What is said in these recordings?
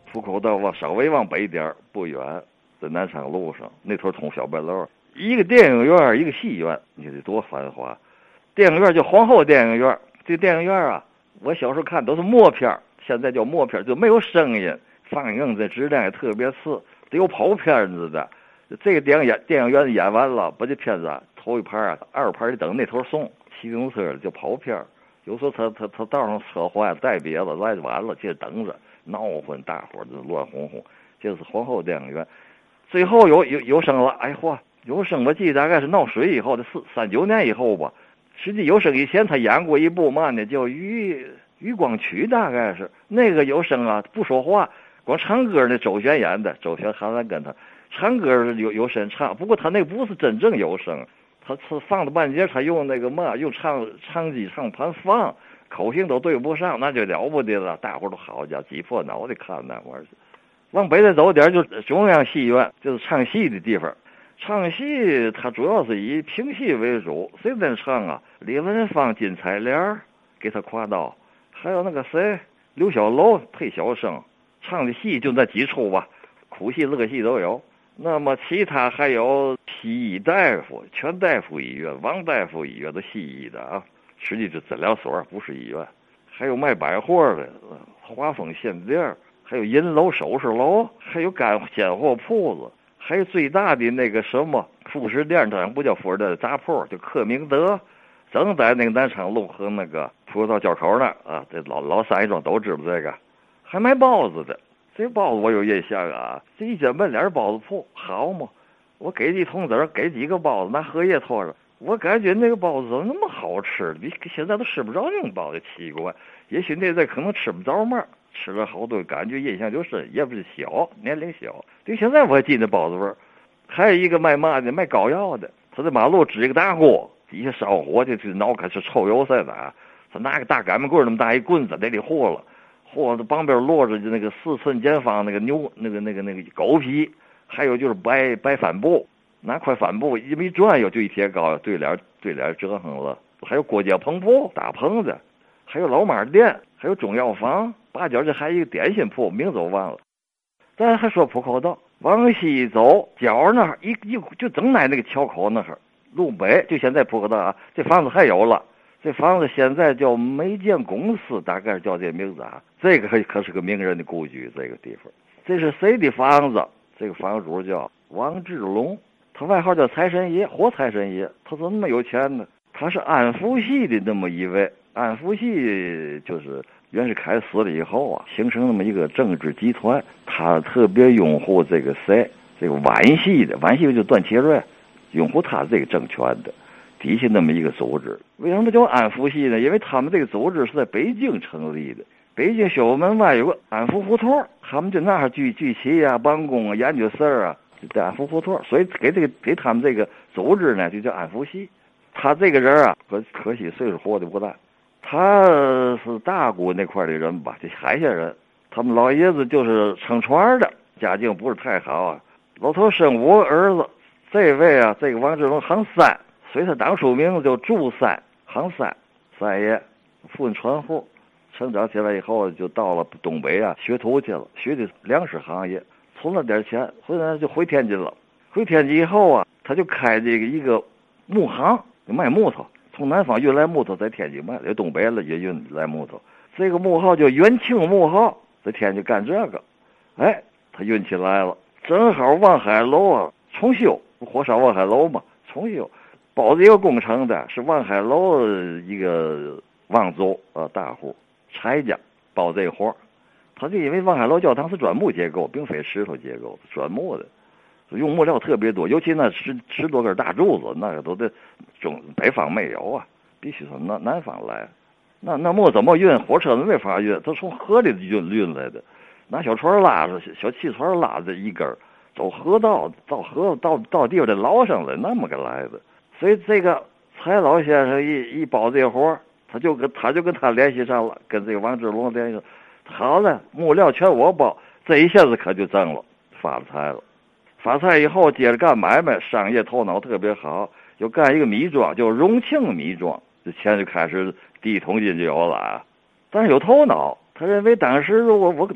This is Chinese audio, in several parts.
浦口道稍微往北点不远，在南昌路上那头通小白楼，一个电影院一个戏院，你得多繁华。电影院叫皇后电影院，这电影院啊，我小时候看都是默片，现在叫默片，就没有声音，放映的质量也特别次，得有跑片子的。这个电影院演完了，把这片子头一盘二盘得等那头送，骑自行车就跑片。有时候他道上车坏带别的来晚了，就等着闹混，大伙儿就乱哄哄。这是皇后电影院，最后有声了，哎嚯，有声我记得大概是闹水以后的39年以后吧。实际有声以前他演过一部嘛呢，叫余光曲，大概是那个有声啊，不说话，光唱歌的。周璇演的，周璇韩兰跟他唱歌有声唱，不过他那不是真正有声，他放到半截，他用那个嘛，用唱机唱盘放，口型都对不上，那就了不得了，大伙都好家伙挤破脑袋看那会儿。往北再走点就是中央戏院，就是唱戏的地方。唱戏它主要是以评戏为主，谁在唱啊？李文芳、金采莲给他夸到，还有那个谁刘小楼配小生，唱的戏就那几出吧，苦戏乐戏都有。那么其他还有西医大夫、全大夫医院、王大夫医院的西医的啊，实际是诊疗所，不是医院。还有卖百货的华丰线店，还有银楼、首饰楼，还有鲜货铺子。还有最大的那个什么副食店，当然不叫副食店，杂铺，就克明德，正在那个南昌路和那个葡萄交口那啊，这老三一庄都知道这个。还卖包子的，这包子我有印象啊，这一进门脸包子铺好嘛，我给一桶子，给几个包子，拿荷叶托着，我感觉那个包子怎么那么好吃，比现在都吃不着那种包子，奇怪。也许那阵可能吃不着嘛，吃了好多，感觉印象就深，也不是小，年龄小。对，现在我还记得包子味儿。还有一个卖嘛的，卖膏药的，他在马路支一个大锅，底下烧火，就是脑开始抽油似的啊。他拿个大擀面棍那么大一棍子，在里和了，和着旁边落着那个4寸见方那个牛那个狗皮，还有就是白帆布，拿块帆布一转悠就一铁膏，对脸折腾了。还有郭家棚铺大棚子，还有老马店，还有中药房，八角这还有一个点心铺，名字我忘了。咱还说浦口道，往西走角那儿一就正在那个桥口那儿，路北就现在浦口道啊，这房子还有了，这房子现在叫美建公司，大概叫这名字啊。这个可是个名人的故居，这个地方。这是谁的房子？这个房主叫王志龙，他外号叫财神爷，活财神爷。他怎么那么有钱呢？他是安福系的那么一位，安福系就是袁世凯死了以后啊，形成那么一个政治集团，他特别拥护这个皖系的，皖系就段祺瑞，拥护他这个政权的，底下那么一个组织。为什么叫安福系呢？因为他们这个组织是在北京成立的，北京宣武门外有个安福胡同，他们就那儿聚齐啊，办公啊，研究事儿啊，在安福胡同，所以给他们这个组织呢就叫安福系。他这个人啊，可惜岁数活得不大。他是大沽那块的人吧，这海下人，他们老爷子就是撑船的，家境不是太好啊。老头生5个儿子，这位啊，这个王志龙行3，所以他当初名字叫祝三，行三爷，父亲传户，成长起来以后就到了东北啊学徒去了，学的粮食行业，存了点钱，回来就回天津了。回天津以后啊，他就开这个一个木行，卖木头。从南方运来木头，在天津卖，在东北了也运来木头。这个木号叫元庆木号，在天津干这个。哎，他运起来了，正好望海楼啊重修，火烧望海楼嘛，重修，包子一个工程的，是望海楼一个望族大户柴家包这活。他就因为望海楼教堂是砖木结构，并非石头结构，砖木的。用木料特别多，尤其那10多根大柱子，那个都得北方没有啊，必须从南方来。那木怎么运？火车没法运，都从河里运来的，拿小船拉着，小汽船拉着一根，走河道，到地方得捞上来，那么个来的。所以这个蔡老先生一包这活，他就跟他联系上了，跟这个王志龙联系上，好了，木料全我包，这一下子可就挣了，发了财了。发财以后接着干买卖，商业头脑特别好，又干一个米庄，叫荣庆米庄，这钱就开始第一桶金就有了啊。但是有头脑，他认为当时如果我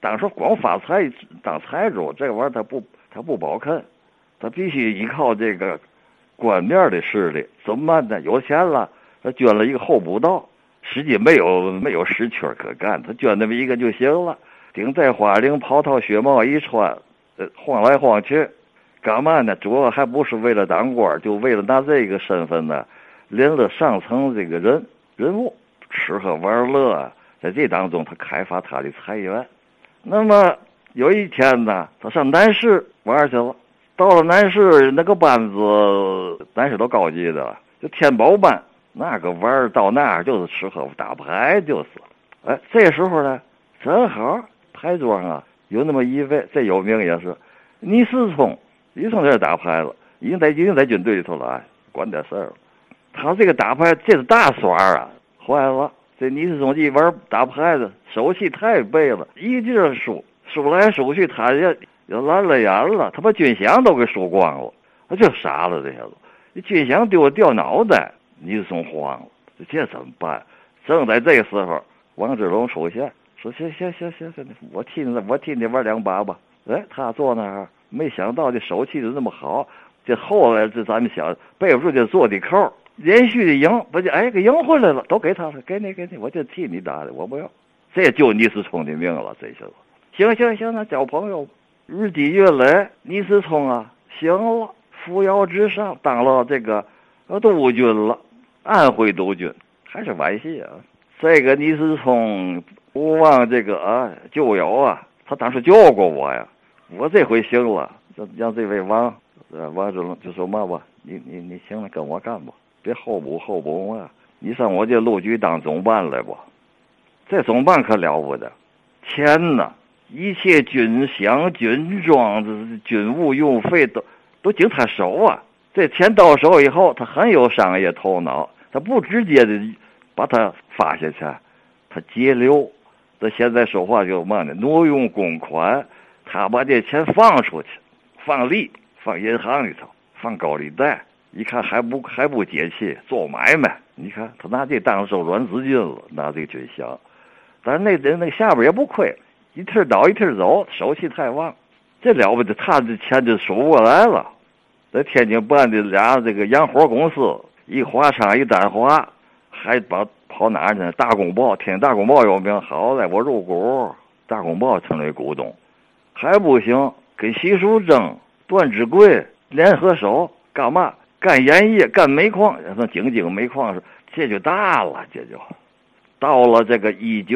当时光发财当财主，这个玩意儿他不保肯，他必须依靠这个官面的势力。怎么办呢？有钱了，他捐了一个候补道，实际没有实缺可干，他捐那么一个就行了。顶戴花翎，袍套靴帽一穿，晃来晃去，干嘛呢？主要还不是为了当官，就为了拿这个身份呢，领了上层这个人物，吃喝玩乐，在这当中他开发他的财源。那么有一天呢，他上南市玩去了。到了南市那个班子，南市都高级的了，就天宝班，那个玩儿到那儿就是吃喝打牌就是。哎，这时候呢，正好牌桌上啊有那么一位，这有名也是倪世聪。倪世聪在这打牌了，已经在军队里头了，哎，管点事儿了。他这个打牌这是大耍啊，坏了。这倪世聪一玩打牌的手气太背了，一劲儿输来输去，他也蓝了眼了，他把军饷都给输光了，他就傻了这下子。这军饷掉脑袋，倪世聪慌了，这怎么办？正在这个时候，王志龙出现，说行，我替你玩两把吧。哎，他坐那儿，没想到这手气就那么好。这后来这咱们想背不住就做的扣，连续的赢，不就给赢回来了，都给他了，给你，我就替你打的，我不要。这就倪世聪的命了，这下子。行，那交朋友。日积月累，倪世聪啊，行了，扶摇直上，当了这个督军了，安徽督军，还是惋惜啊。这个倪世聪不忘这个旧友啊，他当时救过我呀，我这回行了，让这位王志龙就说嘛吧，你行了，跟我干吧，别候补我呀，你上我这陆局当总办来吧。这总办可了不得，钱呢，一切军饷、军装、军务用费都经他手啊。这钱到手以后，他很有商业头脑，他不直接的把它发下去，他节流。他现在说话就嘛呢，挪用公款，他把这钱放出去，放利，放银行里头，放高利贷，一看还不解气，做买卖。你看他拿这当收软资金了，拿这个军饷，但是那下边也不亏，一梯倒一梯走，手气太旺，这了不得，他这钱就数不过来了。在天津办的俩这个洋活公司，一华昌一丹华，还跑哪儿去？大公报，天津大公报有名，好嘞，我入股，大公报成为股东，还不行，跟习淑珍、段志贵联合手干嘛？干盐业，干煤矿，像京煤矿是，这就大了，这就到了这个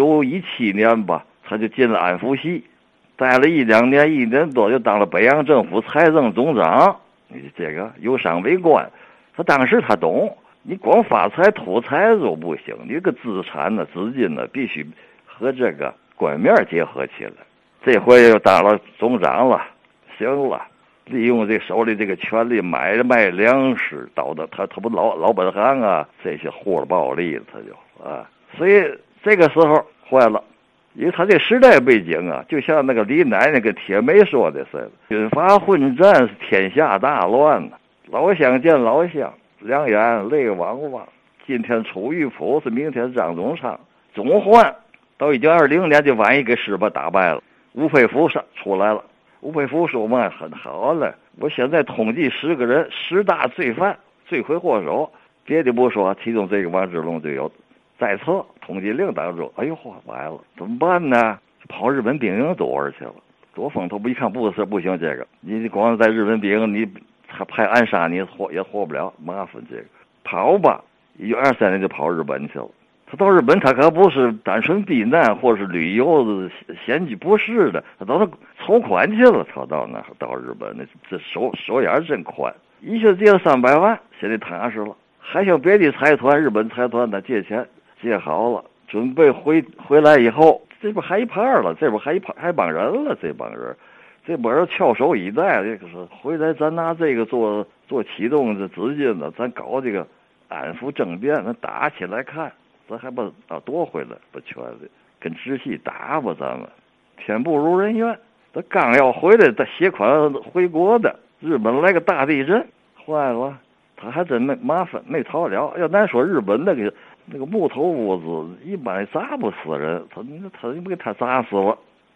1917年吧，他就进了安福系，待了1-2年，1年多就当了北洋政府财政总长。你这个有商为官，他当时他懂，你光发财吐财都不行，你这个资产呢、资金呢，必须和这个官面结合起来。这回又当了总长了，行了。利用这手里这个权力买卖粮食，到的他不老本行啊，这些货暴利他就所以这个时候坏了，因为他这时代背景啊，就像那个李奶奶跟铁梅说的似的，军阀混战是天下大乱呢，老乡见老乡，两眼泪汪汪。今天楚玉璞是明天张宗昌，总换到1920年就晚一给师伯打败了，吴佩孚出来了。吴佩孚说嘛，很好了，我现在统计10个人，10大罪犯、罪魁祸首，别的不说，其中这个王志龙就有在册，统计令当中。哎呦嚯，完了，怎么办呢？跑日本兵营躲去了，躲风头不一看不行，这个你光在日本兵营，你他派暗杀你也活不了，麻烦这个跑吧。1923年就跑日本去了。他到日本，他可不是单纯避难或是旅游闲居，不是的，他都是筹款去了。他到日本，那这手眼真宽，一下借了300万，现在踏实了。还向别的财团、日本财团呢借钱，借好了，准备回来以后，这不还一盘了，这不还帮人了，这帮人翘首以待。这个是回来，咱拿这个做启动的资金呢，咱搞这个安抚政变，咱打起来看。咱还把夺回来，把权力跟直系打吧，咱们天不如人愿。他刚要回来，他携款回国的，日本来个大地震，坏了，他还真麻烦没逃了。要咱说日本那个木头屋子，一般砸不死人，他给他砸死了。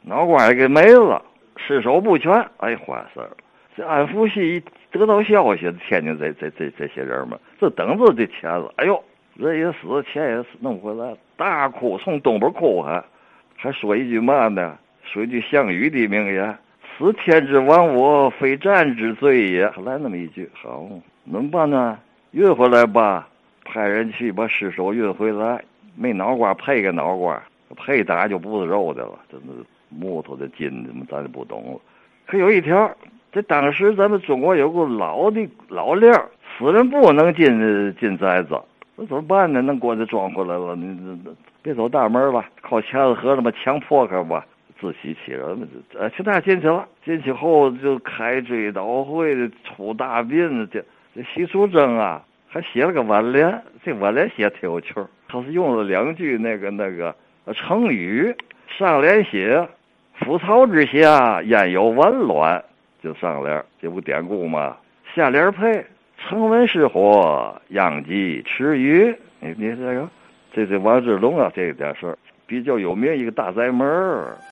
脑瓜也给没了，尸首不全，哎，坏事了。这安福系一得到消息，天津这些人们，这等着这钱了。哎呦，人也死，钱也死，弄回来了，大哭，从东边哭还说一句嘛呢？说一句项羽的名言：“此天之亡我，非战之罪也。”后来那么一句，好，怎么办呢？运回来吧，派人去把尸首运回来，没脑瓜配个脑瓜，配当然就不是肉的了，这是木头的筋，咱就不懂了。可有一条，这当时咱们中国有个老令，死人不能进宅子，那怎么办呢？能给我这装回来了，你别走大门吧，靠墙子和他妈墙破开吧。自欺欺人，现在进去了，进去后就开追悼会的，出大殡，这习淑珍啊，还写了个挽联，这挽联写挺有趣儿，他是用了2句那个成语，上联写覆巢之下焉有完卵，就上联，这不典故吗？下联配成文是火，殃及池鱼。你这个这王志龙啊，这点事儿比较有名一个大宅门。